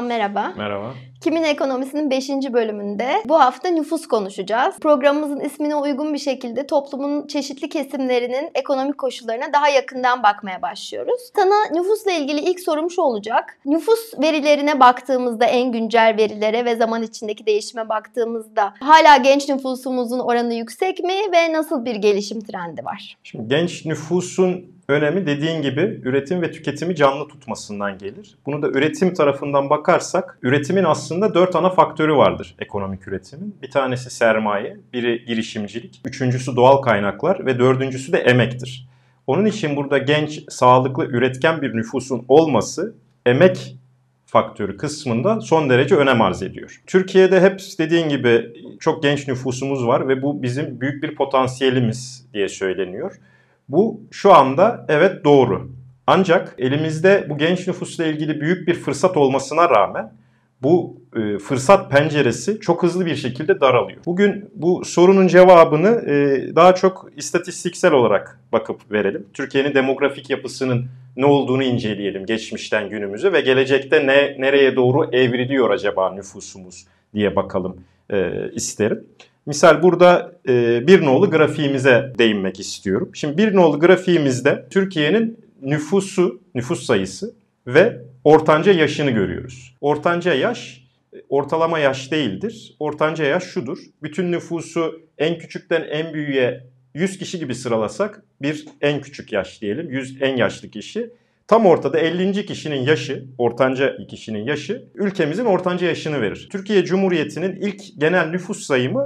merhaba. Merhaba. Kimin Ekonomisi'nin 5. bölümünde bu hafta nüfus konuşacağız. Programımızın ismine uygun bir şekilde toplumun çeşitli kesimlerinin ekonomik koşullarına daha yakından bakmaya başlıyoruz. Sana nüfusla ilgili ilk sorum şu olacak. Nüfus verilerine baktığımızda, en güncel verilere ve zaman içindeki değişime baktığımızda hala genç nüfusumuzun oranı yüksek mi ve nasıl bir gelişim trendi var? Şimdi genç nüfusun önemi dediğin gibi üretim ve tüketimi canlı tutmasından gelir. Bunu da üretim tarafından bakarsak üretimin aslında 4 ana faktörü vardır ekonomik üretimin. Bir tanesi sermaye, biri girişimcilik, üçüncüsü doğal kaynaklar ve dördüncüsü de emektir. Onun için burada genç, sağlıklı, üretken bir nüfusun olması emek faktörü kısmında son derece önem arz ediyor. Türkiye'de hep dediğin gibi çok genç nüfusumuz var ve bu bizim büyük bir potansiyelimiz diye söyleniyor. Bu şu anda evet doğru. Ancak elimizde bu genç nüfusla ilgili büyük bir fırsat olmasına rağmen bu fırsat penceresi çok hızlı bir şekilde daralıyor. Bugün bu sorunun cevabını daha çok istatistiksel olarak bakıp verelim. Türkiye'nin demografik yapısının ne olduğunu inceleyelim geçmişten günümüze ve gelecekte nereye doğru evriliyor acaba nüfusumuz diye bakalım isterim. Misal burada bir nolu grafiğimize değinmek istiyorum. Şimdi bir nolu grafiğimizde Türkiye'nin nüfus sayısı ve ortanca yaşını görüyoruz. Ortanca yaş, ortalama yaş değildir. Ortanca yaş şudur. Bütün nüfusu en küçükten en büyüğe 100 kişi gibi sıralasak bir en küçük yaş diyelim. 100 en yaşlı kişi. Tam ortada 50. kişinin yaşı, ortanca kişinin yaşı ülkemizin ortanca yaşını verir. Türkiye Cumhuriyeti'nin ilk genel nüfus sayımı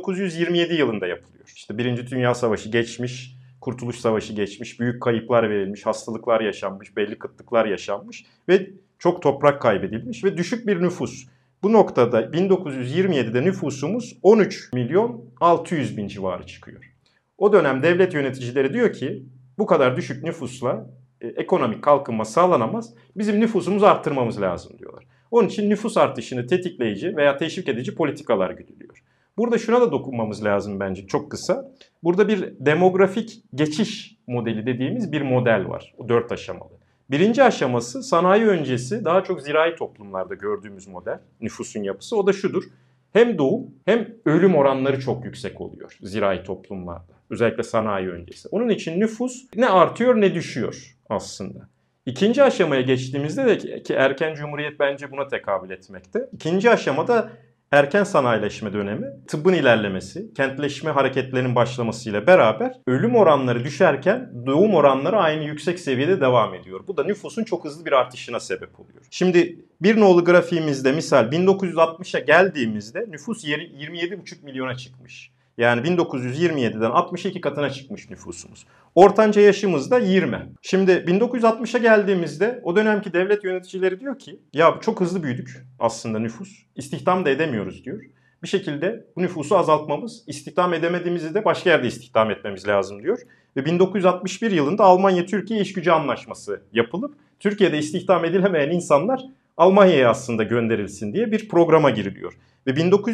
1927 yılında yapılıyor. İşte Birinci Dünya Savaşı geçmiş, Kurtuluş Savaşı geçmiş, büyük kayıplar verilmiş, hastalıklar yaşanmış, belli kıtlıklar yaşanmış ve çok toprak kaybedilmiş ve düşük bir nüfus. Bu noktada 1927'de nüfusumuz 13 milyon 600 bin civarı çıkıyor. O dönem devlet yöneticileri diyor ki bu kadar düşük nüfusla ekonomik kalkınma sağlanamaz. Bizim nüfusumuzu arttırmamız lazım diyorlar. Onun için nüfus artışını tetikleyici veya teşvik edici politikalar güdülüyor. Burada şuna da dokunmamız lazım bence çok kısa. Burada bir demografik geçiş modeli dediğimiz bir model var. O 4 aşamalı. Birinci aşaması sanayi öncesi daha çok zirai toplumlarda gördüğümüz model. Nüfusun yapısı o da şudur. Hem doğum hem ölüm oranları çok yüksek oluyor zirai toplumlarda. Özellikle sanayi öncesi. Onun için nüfus ne artıyor ne düşüyor aslında. İkinci aşamaya geçtiğimizde de ki erken cumhuriyet bence buna tekabül etmekte. İkinci aşamada erken sanayileşme dönemi, tıbbın ilerlemesi, kentleşme hareketlerinin başlamasıyla beraber ölüm oranları düşerken doğum oranları aynı yüksek seviyede devam ediyor. Bu da nüfusun çok hızlı bir artışına sebep oluyor. Şimdi bir nolu grafiğimizde misal 1960'a geldiğimizde nüfus 27,5 milyona çıkmış. Yani 1927'den 62 katına çıkmış nüfusumuz. Ortanca yaşımız da 20. Şimdi 1960'a geldiğimizde o dönemki devlet yöneticileri diyor ki ya çok hızlı büyüdük aslında nüfus. İstihdam da edemiyoruz diyor. Bir şekilde bu nüfusu azaltmamız, istihdam edemediğimizi de başka yerde istihdam etmemiz lazım diyor. Ve 1961 yılında Almanya-Türkiye İşgücü Anlaşması yapılıp Türkiye'de istihdam edilemeyen insanlar Almanya'ya aslında gönderilsin diye bir programa giriliyor. Ve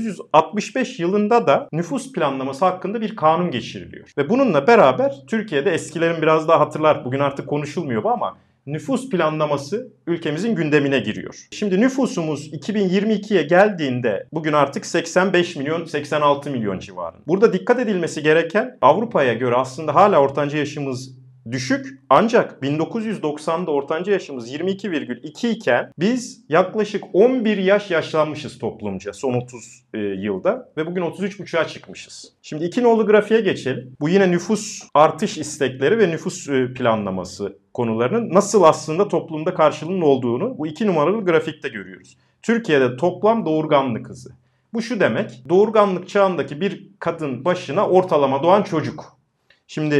1965 yılında da nüfus planlaması hakkında bir kanun geçiriliyor. Ve bununla beraber Türkiye'de eskilerin biraz daha hatırlar, bugün artık konuşulmuyor bu ama nüfus planlaması ülkemizin gündemine giriyor. Şimdi nüfusumuz 2022'ye geldiğinde bugün artık 85 milyon, 86 milyon civarında. Burada dikkat edilmesi gereken Avrupa'ya göre aslında hala ortanca yaşımız düşük ancak 1990'da ortanca yaşımız 22,2 iken biz yaklaşık 11 yaş yaşlanmışız toplumca son 30 yılda ve bugün 33,5'a çıkmışız. Şimdi iki nolu grafiğe geçelim. Bu yine nüfus artış istekleri ve nüfus planlaması konularının nasıl aslında toplumda karşılığının olduğunu bu 2 numaralı grafikte görüyoruz. Türkiye'de toplam doğurganlık hızı. Bu şu demek, doğurganlık çağındaki bir kadın başına ortalama doğan çocuk. Şimdi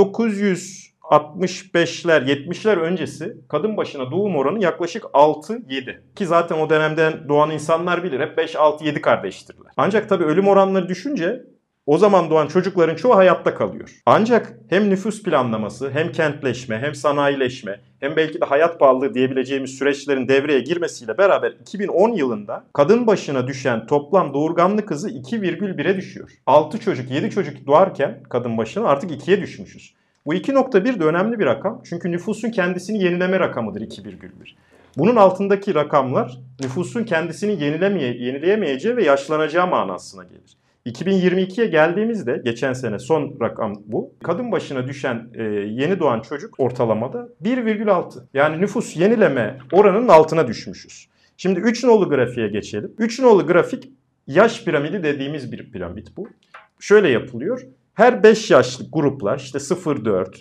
1965'ler, 70'ler öncesi kadın başına doğum oranı yaklaşık 6-7. Ki zaten o dönemden doğan insanlar bilir hep 5-6-7 kardeştirler. Ancak tabii ölüm oranları düşünce o zaman doğan çocukların çoğu hayatta kalıyor. Ancak hem nüfus planlaması, hem kentleşme, hem sanayileşme, hem belki de hayat pahalılığı diyebileceğimiz süreçlerin devreye girmesiyle beraber 2010 yılında kadın başına düşen toplam doğurganlık hızı 2,1'e düşüyor. 6 çocuk, 7 çocuk doğarken kadın başına artık 2'ye düşmüşüz. Bu 2,1 de önemli bir rakam. Çünkü nüfusun kendisini yenileme rakamıdır 2,1. Bunun altındaki rakamlar nüfusun kendisini yenileyemeyeceği ve yaşlanacağı manasına gelir. 2022'ye geldiğimizde, geçen sene son rakam bu. Kadın başına düşen yeni doğan çocuk ortalamada 1,6. Yani nüfus yenileme oranının altına düşmüşüz. Şimdi 3 nolu grafiğe geçelim. 3 nolu grafik yaş piramidi dediğimiz bir piramit bu. Şöyle yapılıyor. Her 5 yaşlık gruplar işte 0-4,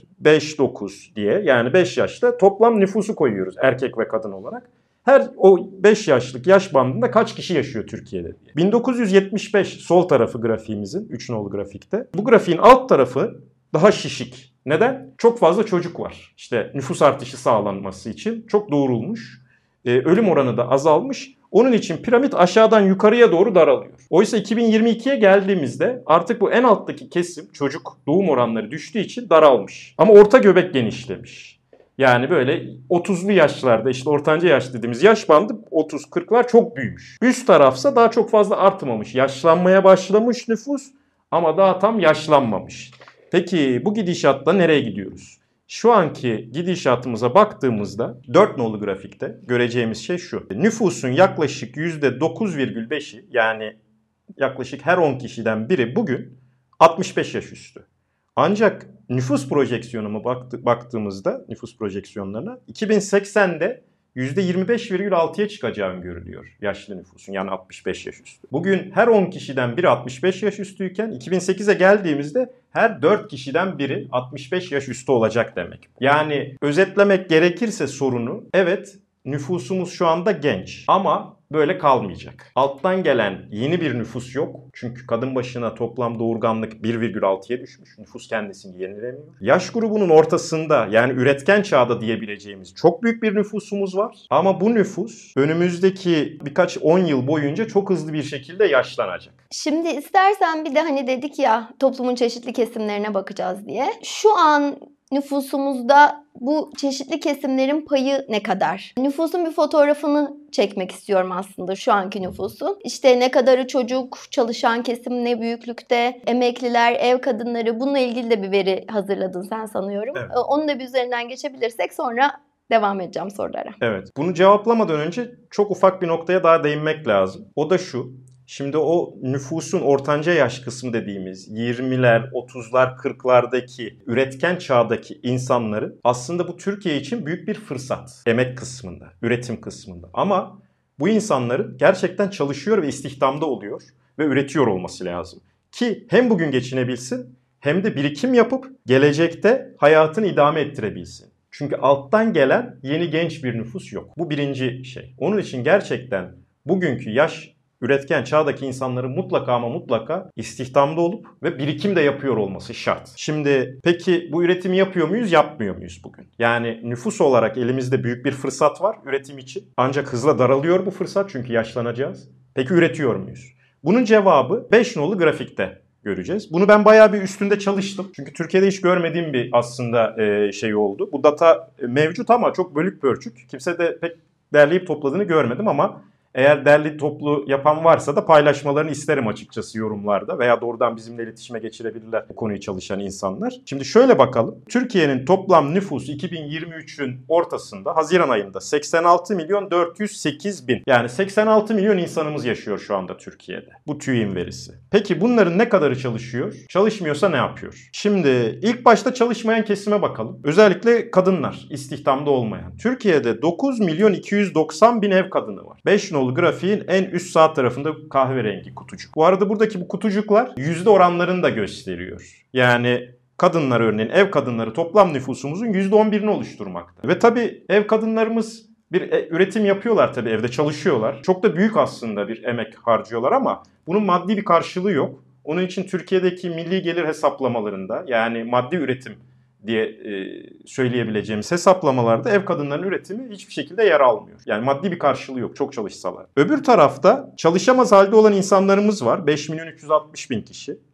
5-9 diye, yani 5 yaşta toplam nüfusu koyuyoruz erkek ve kadın olarak. Her o 5 yaşlık yaş bandında kaç kişi yaşıyor Türkiye'de diye. 1975 sol tarafı grafiğimizin 3 nolu grafikte. Bu grafiğin alt tarafı daha şişik. Neden? Çok fazla çocuk var. İşte nüfus artışı sağlanması için çok doğurulmuş. Ölüm oranı da azalmış. Onun için piramit aşağıdan yukarıya doğru daralıyor. Oysa 2022'ye geldiğimizde artık bu en alttaki kesim, çocuk doğum oranları düştüğü için daralmış. Ama orta göbek genişlemiş. Yani böyle 30'lu yaşlarda, işte ortanca yaş dediğimiz yaş bandı 30-40'lar çok büyümüş. Üst tarafsa daha çok fazla artmamış. Yaşlanmaya başlamış nüfus ama daha tam yaşlanmamış. Peki bu gidişatta nereye gidiyoruz? Şu anki gidişatımıza baktığımızda 4 nolu grafikte göreceğimiz şey şu. Nüfusun yaklaşık %9,5'i, yani yaklaşık her 10 kişiden biri bugün 65 yaş üstü. Ancak nüfus projeksiyonuna baktığımızda, nüfus projeksiyonlarına 2080'de %25,6'ya çıkacağı öngörülüyor yaşlı nüfusun, yani 65 yaş üstü. Bugün her 10 kişiden biri 65 yaş üstüyken 2008'e geldiğimizde her 4 kişiden biri 65 yaş üstü olacak demek. Yani özetlemek gerekirse sorunu, evet nüfusumuz şu anda genç ama böyle kalmayacak. Alttan gelen yeni bir nüfus yok. Çünkü kadın başına toplam doğurganlık 1,6'ya düşmüş. Nüfus kendisini yenilemiyor. Yaş grubunun ortasında, yani üretken çağda diyebileceğimiz çok büyük bir nüfusumuz var. Ama bu nüfus önümüzdeki birkaç 10 yıl boyunca çok hızlı bir şekilde yaşlanacak. Şimdi istersen bir de hani dedik ya toplumun çeşitli kesimlerine bakacağız diye. Şu an nüfusumuzda bu çeşitli kesimlerin payı ne kadar? Nüfusun bir fotoğrafını çekmek istiyorum aslında, şu anki nüfusun. İşte ne kadarı çocuk, çalışan kesim ne büyüklükte, emekliler, ev kadınları, bununla ilgili de bir veri hazırladın sen sanıyorum. Evet. Onu da bir üzerinden geçebilirsek sonra devam edeceğim sorulara. Evet. Bunu cevaplamadan önce çok ufak bir noktaya daha değinmek lazım. O da şu. Şimdi o nüfusun ortanca yaş kısmı dediğimiz 20'ler, 30'lar, 40'lardaki üretken çağdaki insanları aslında bu Türkiye için büyük bir fırsat. Emek kısmında, üretim kısmında. Ama bu insanların gerçekten çalışıyor ve istihdamda oluyor ve üretiyor olması lazım. Ki hem bugün geçinebilsin hem de birikim yapıp gelecekte hayatını idame ettirebilsin. Çünkü alttan gelen yeni genç bir nüfus yok. Bu birinci şey. Onun için gerçekten bugünkü yaş üretken çağdaki insanların mutlaka ama mutlaka istihdamda olup ve birikim de yapıyor olması şart. Şimdi peki bu üretimi yapıyor muyuz, yapmıyor muyuz bugün? Yani nüfus olarak elimizde büyük bir fırsat var üretim için. Ancak hızla daralıyor bu fırsat çünkü yaşlanacağız. Peki üretiyor muyuz? Bunun cevabı 5 nolu grafikte göreceğiz. Bunu ben bayağı bir üstünde çalıştım. Çünkü Türkiye'de hiç görmediğim bir aslında şey oldu. Bu data mevcut ama çok bölük pörçük. Kimse de pek derleyip topladığını görmedim ama eğer derli toplu yapan varsa da paylaşmalarını isterim açıkçası yorumlarda veya doğrudan bizimle iletişime geçirebilirler bu konuyu çalışan insanlar. Şimdi şöyle bakalım. Türkiye'nin toplam nüfusu 2023'ün ortasında Haziran ayında 86.408.000, yani 86 milyon insanımız yaşıyor şu anda Türkiye'de. Bu TÜİK'in verisi. Peki bunların ne kadarı çalışıyor? Çalışmıyorsa ne yapıyor? Şimdi ilk başta çalışmayan kesime bakalım. Özellikle kadınlar, istihdamda olmayan. Türkiye'de 9.290.000 ev kadını var. 5 nolu grafiğin en üst sağ tarafında kahverengi kutucuk. Bu arada buradaki bu kutucuklar yüzde oranlarını da gösteriyor. Yani kadınlar, örneğin ev kadınları toplam nüfusumuzun %11'ini oluşturmakta. Ve tabii ev kadınlarımız bir üretim yapıyorlar, tabii evde çalışıyorlar. Çok da büyük aslında bir emek harcıyorlar ama bunun maddi bir karşılığı yok. Onun için Türkiye'deki milli gelir hesaplamalarında, yani maddi üretim diye söyleyebileceğimiz hesaplamalarda ev kadınlarının üretimi hiçbir şekilde yer almıyor. Yani maddi bir karşılığı yok çok çalışsalar. Öbür tarafta çalışamaz halde olan insanlarımız var. 5.360.000 kişi.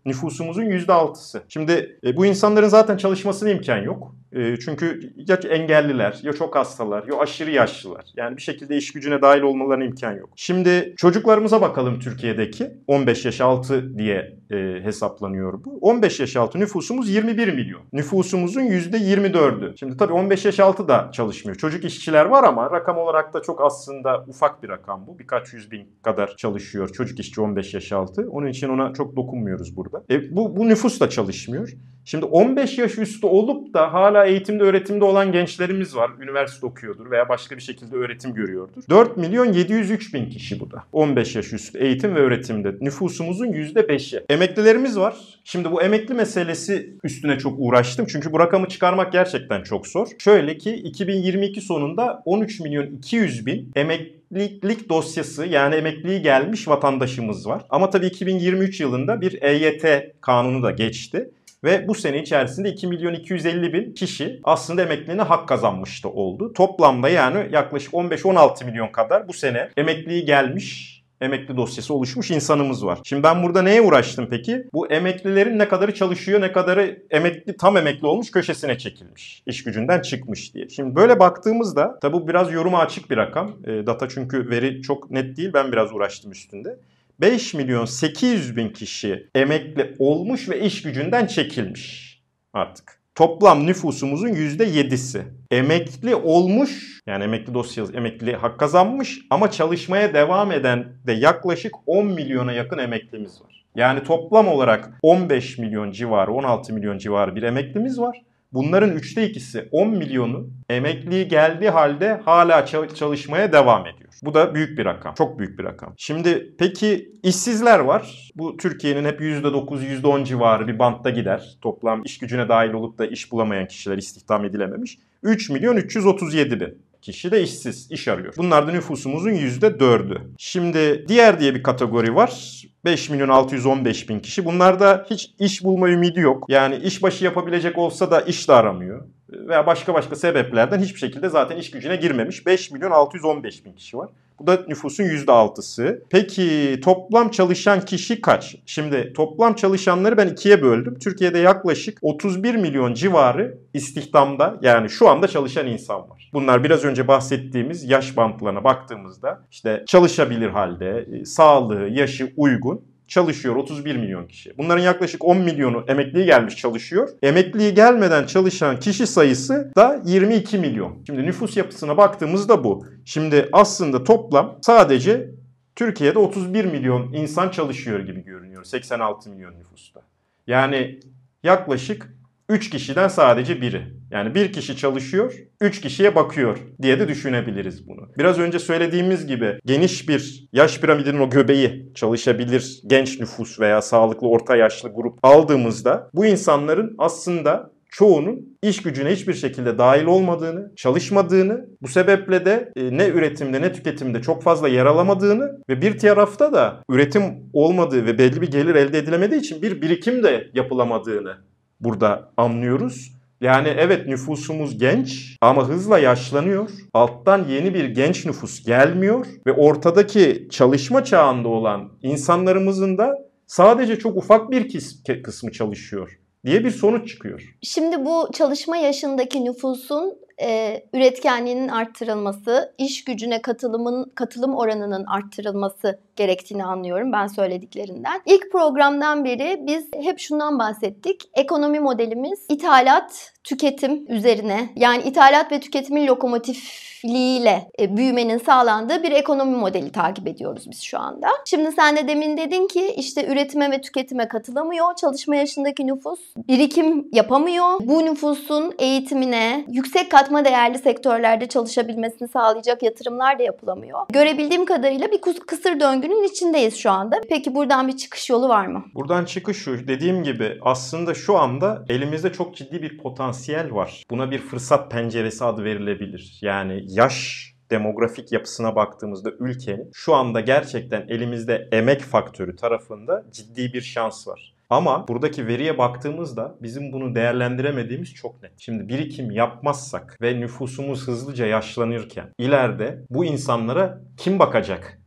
nüfusumuzun %6'sı. Şimdi bu insanların zaten çalışmasına imkan yok. Çünkü ya engelliler, ya çok hastalar, ya aşırı yaşlılar. Yani bir şekilde iş gücüne dahil olmalarına imkan yok. Şimdi çocuklarımıza bakalım Türkiye'deki. 15 yaş altı diye hesaplanıyor bu. 15 yaş altı nüfusumuz 21 milyon. Nüfusumuzun %24'ü. Şimdi tabii 15 yaş altı da çalışmıyor. Çocuk işçiler var ama rakam olarak da çok aslında ufak bir rakam bu. Birkaç yüz bin kadar çalışıyor çocuk işçi 15 yaş altı. Onun için ona çok dokunmuyoruz burada. Bu nüfus da çalışmıyor. Şimdi 15 yaş üstü olup da hala eğitimde öğretimde olan gençlerimiz var. Üniversite okuyordur veya başka bir şekilde öğretim görüyordur. 4 milyon 703 bin kişi bu da. 15 yaş üstü eğitim ve öğretimde. Nüfusumuzun %5'i. Emeklilerimiz var. Şimdi bu emekli meselesi üstüne çok uğraştım. Çünkü bu rakamı çıkarmak gerçekten çok zor. Şöyle ki 2022 sonunda 13 milyon 200 bin emeklilik dosyası yani emekliliği gelmiş vatandaşımız var. Ama tabii 2023 yılında bir EYT kanunu da geçti. Ve bu sene içerisinde 2 milyon 250 bin kişi aslında emekliliğine hak kazanmış da oldu. Toplamda yani yaklaşık 15-16 milyon kadar bu sene emekliliği gelmiş, emekli dosyası oluşmuş insanımız var. Şimdi ben burada neye uğraştım peki? Bu emeklilerin ne kadarı çalışıyor, ne kadarı tam emekli olmuş, köşesine çekilmiş. İş gücünden çıkmış diye. Şimdi böyle baktığımızda tabi bu biraz yoruma açık bir rakam. Data çünkü veri çok net değil. Ben biraz uğraştım üstünde. 5 milyon 800 bin kişi emekli olmuş ve iş gücünden çekilmiş artık. Toplam nüfusumuzun %7'si. Emekli olmuş, yani emekli dosyası, emekli hak kazanmış ama çalışmaya devam eden de yaklaşık 10 milyona yakın emeklimiz var. Yani toplam olarak 15 milyon civarı, 16 milyon civarı bir emeklimiz var. Bunların 3'te 2'si 10 milyonu emekliliği geldiği halde hala çalışmaya devam ediyor. Bu da büyük bir rakam. Çok büyük bir rakam. Şimdi peki işsizler var. Bu Türkiye'nin hep %9, %10 civarı bir bantta gider. Toplam iş gücüne dahil olup da iş bulamayan kişiler istihdam edilememiş. 3 milyon 337 bin kişi de işsiz, iş arıyor. Bunlar da nüfusumuzun %4'ü. Şimdi diğer diye bir kategori var. 5 milyon 615 bin kişi. Bunlarda hiç iş bulma ümidi yok. Yani işbaşı yapabilecek olsa da iş de aramıyor. Veya başka sebeplerden hiçbir şekilde zaten iş gücüne girmemiş. 5 milyon 615 bin kişi var. Bu da nüfusun %6'sı. Peki toplam çalışan kişi kaç? Şimdi toplam çalışanları ben ikiye böldüm. Türkiye'de yaklaşık 31 milyon civarı istihdamda yani şu anda çalışan insan var. Bunlar biraz önce bahsettiğimiz yaş bantlarına baktığımızda işte çalışabilir halde, sağlığı, yaşı uygun çalışıyor 31 milyon kişi. Bunların yaklaşık 10 milyonu emekliye gelmiş çalışıyor. Emekliye gelmeden çalışan kişi sayısı da 22 milyon. Şimdi nüfus yapısına baktığımızda bu. Şimdi aslında toplam sadece Türkiye'de 31 milyon insan çalışıyor gibi görünüyor. 86 milyon nüfusta. Yani yaklaşık 3 kişiden sadece biri. Yani bir kişi çalışıyor, 3 kişiye bakıyor diye de düşünebiliriz bunu. Biraz önce söylediğimiz gibi geniş bir yaş piramidinin o göbeği çalışabilir genç nüfus veya sağlıklı orta yaşlı grup aldığımızda bu insanların aslında çoğunun iş gücüne hiçbir şekilde dahil olmadığını, çalışmadığını, bu sebeple de ne üretimde ne tüketimde çok fazla yer alamadığını ve bir tarafta da üretim olmadığı ve belli bir gelir elde edilemediği için bir birikim de yapılamadığını burada anlıyoruz. Yani evet nüfusumuz genç ama hızla yaşlanıyor. Alttan yeni bir genç nüfus gelmiyor ve ortadaki çalışma çağında olan insanlarımızın da sadece çok ufak bir kısmı çalışıyor diye bir sonuç çıkıyor. Şimdi bu çalışma yaşındaki nüfusun üretkenliğinin arttırılması, iş gücüne katılım oranının arttırılması gerektiğini anlıyorum ben söylediklerinden. İlk programdan beri biz hep şundan bahsettik. Ekonomi modelimiz ithalat, tüketim üzerine yani ithalat ve tüketimin lokomotifliğiyle büyümenin sağlandığı bir ekonomi modeli takip ediyoruz biz şu anda. Şimdi sen de demin dedin ki işte üretime ve tüketime katılamıyor. Çalışma yaşındaki nüfus birikim yapamıyor. Bu nüfusun eğitimine, yüksek katma değerli sektörlerde çalışabilmesini sağlayacak yatırımlar da yapılamıyor. Görebildiğim kadarıyla bir kısır döngünün içindeyiz şu anda. Peki buradan bir çıkış yolu var mı? Buradan çıkış şu. Dediğim gibi aslında şu anda elimizde çok ciddi bir potansiyel var. Buna bir fırsat penceresi adı verilebilir. Yani yaş demografik yapısına baktığımızda ülkenin şu anda gerçekten elimizde emek faktörü tarafında ciddi bir şans var. Ama buradaki veriye baktığımızda bizim bunu değerlendiremediğimiz çok net. Şimdi birikim yapmazsak ve nüfusumuz hızlıca yaşlanırken ileride bu insanlara kim bakacak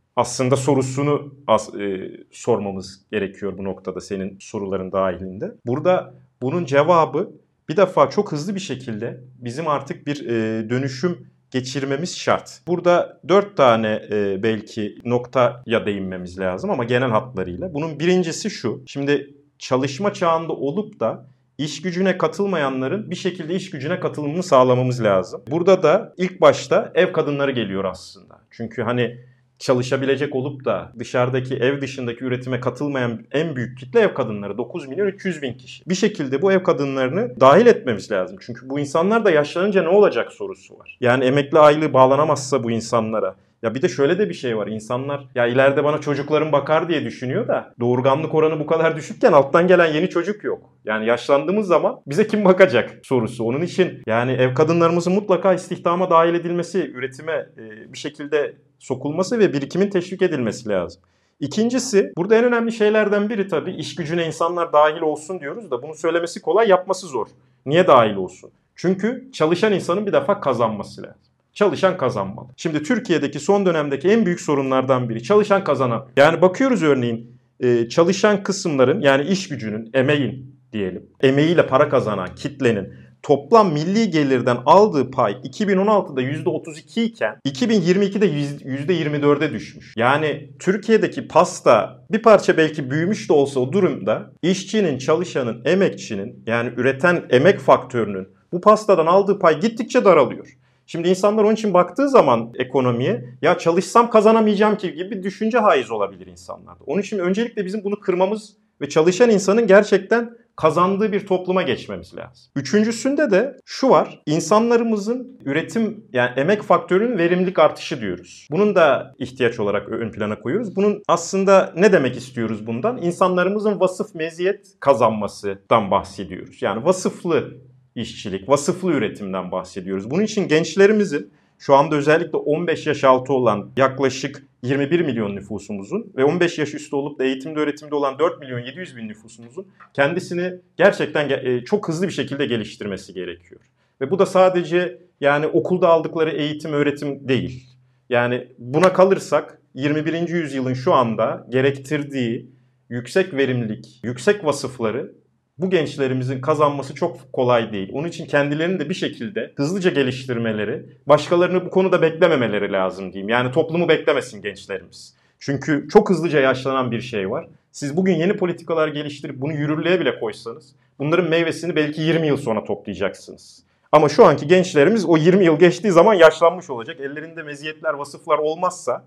aslında sorusunu sormamız gerekiyor bu noktada senin soruların dahilinde. Burada bunun cevabı bir defa çok hızlı bir şekilde bizim artık bir dönüşüm geçirmemiz şart. Burada 4 tane belki noktaya değinmemiz lazım ama genel hatlarıyla. Bunun birincisi şu. Şimdi çalışma çağında olup da iş gücüne katılmayanların bir şekilde iş gücüne katılımını sağlamamız lazım. Burada da ilk başta ev kadınları geliyor aslında. Çünkü hani çalışabilecek olup da dışarıdaki ev dışındaki üretime katılmayan en büyük kitle ev kadınları. 9.300.000 kişi. Bir şekilde bu ev kadınlarını dahil etmemiz lazım. Çünkü bu insanlar da yaşlanınca ne olacak sorusu var. Yani emekli aylığı bağlanamazsa bu insanlara. Ya bir de şöyle de bir şey var. İnsanlar ya ileride bana çocuklarım bakar diye düşünüyor da doğurganlık oranı bu kadar düşükken alttan gelen yeni çocuk yok. Yani yaşlandığımız zaman bize kim bakacak sorusu. Onun için yani ev kadınlarımızın mutlaka istihdama dahil edilmesi, üretime bir şekilde sokulması ve birikimin teşvik edilmesi lazım. İkincisi, burada en önemli şeylerden biri tabii iş gücüne insanlar dahil olsun diyoruz da bunu söylemesi kolay, yapması zor. Niye dahil olsun? Çünkü çalışan insanın bir defa kazanması lazım. Çalışan kazanmalı. Şimdi Türkiye'deki son dönemdeki en büyük sorunlardan biri çalışan kazanan. Yani bakıyoruz örneğin çalışan kısımların yani iş gücünün, emeğin diyelim, emeğiyle para kazanan kitlenin toplam milli gelirden aldığı pay 2016'da %32 iken 2022'de %24'e düşmüş. Yani Türkiye'deki pasta bir parça belki büyümüş de olsa o durumda işçinin, çalışanın, emekçinin yani üreten emek faktörünün bu pastadan aldığı pay gittikçe daralıyor. Şimdi insanlar onun için baktığı zaman ekonomiye ya çalışsam kazanamayacağım ki gibi bir düşünce haiz olabilir insanlarda. Onun için öncelikle bizim bunu kırmamız ve çalışan insanın gerçekten kazandığı bir topluma geçmemiz lazım. Üçüncüsünde de şu var. İnsanlarımızın üretim yani emek faktörünün verimlilik artışı diyoruz. Bunun da ihtiyaç olarak ön plana koyuyoruz. Bunun aslında ne demek istiyoruz bundan? İnsanlarımızın vasıf meziyet kazanmasından bahsediyoruz. Yani vasıflı işçilik, vasıflı üretimden bahsediyoruz. Bunun için gençlerimizin şu anda özellikle 15 yaş altı olan yaklaşık 21 milyon nüfusumuzun ve 15 yaş üstü olup da eğitimde öğretimde olan 4 milyon 700 bin nüfusumuzun kendisini gerçekten çok hızlı bir şekilde geliştirmesi gerekiyor. Ve bu da sadece yani okulda aldıkları eğitim öğretim değil. Yani buna kalırsak 21. yüzyılın şu anda gerektirdiği yüksek verimlilik, yüksek vasıfları bu gençlerimizin kazanması çok kolay değil. Onun için kendilerini de bir şekilde hızlıca geliştirmeleri, başkalarını bu konuda beklememeleri lazım diyeyim. Yani toplumu beklemesin gençlerimiz. Çünkü çok hızlıca yaşlanan bir şey var. Siz bugün yeni politikalar geliştirip bunu yürürlüğe bile koysanız bunların meyvesini belki 20 yıl sonra toplayacaksınız. Ama şu anki gençlerimiz o 20 yıl geçtiği zaman yaşlanmış olacak. Ellerinde meziyetler, vasıflar olmazsa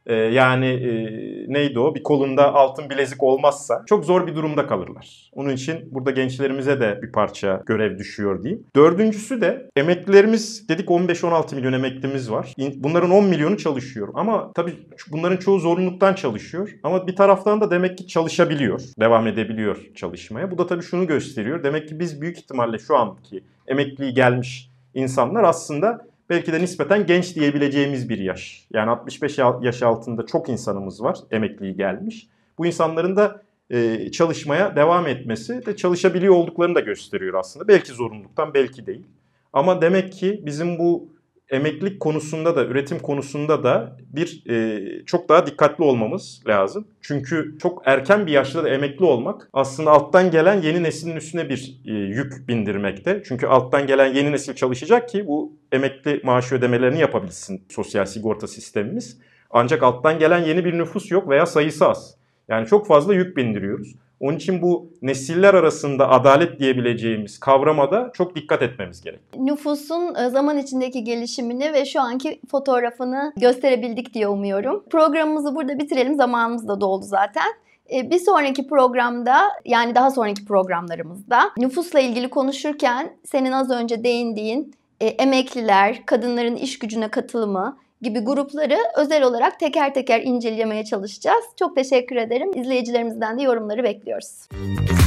neydi o? Bir kolunda altın bilezik olmazsa çok zor bir durumda kalırlar. Onun için burada gençlerimize de bir parça görev düşüyor diyeyim. Dördüncüsü de emeklilerimiz dedik 15-16 milyon emeklimiz var. Bunların 10 milyonu çalışıyor. Ama tabii bunların çoğu zorunluluktan çalışıyor. Ama bir taraftan da demek ki çalışabiliyor. Devam edebiliyor çalışmaya. Bu da tabii şunu gösteriyor. Demek ki biz büyük ihtimalle şu anki emekliliği gelmiş insanlar aslında belki de nispeten genç diyebileceğimiz bir yaş. Yani 65 yaş altında çok insanımız var emekliliği gelmiş. Bu insanların da çalışmaya devam etmesi de çalışabiliyor olduklarını da gösteriyor aslında. Belki zorunluluktan belki değil. Ama demek ki bizim bu emeklilik konusunda da üretim konusunda da çok daha dikkatli olmamız lazım. Çünkü çok erken bir yaşta da emekli olmak aslında alttan gelen yeni neslin üstüne bir yük bindirmekte. Çünkü alttan gelen yeni nesil çalışacak ki bu emekli maaşı ödemelerini yapabilsin sosyal sigorta sistemimiz. Ancak alttan gelen yeni bir nüfus yok veya sayısı az. Yani çok fazla yük bindiriyoruz. Onun için bu nesiller arasında adalet diyebileceğimiz kavrama da çok dikkat etmemiz gerek. Nüfusun zaman içindeki gelişimini ve şu anki fotoğrafını gösterebildik diye umuyorum. Programımızı burada bitirelim. Zamanımız da doldu zaten. Bir sonraki programda yani daha sonraki programlarımızda nüfusla ilgili konuşurken senin az önce değindiğin emekliler, kadınların iş gücüne katılımı gibi grupları özel olarak teker teker incelemeye çalışacağız. Çok teşekkür ederim. İzleyicilerimizden de yorumları bekliyoruz.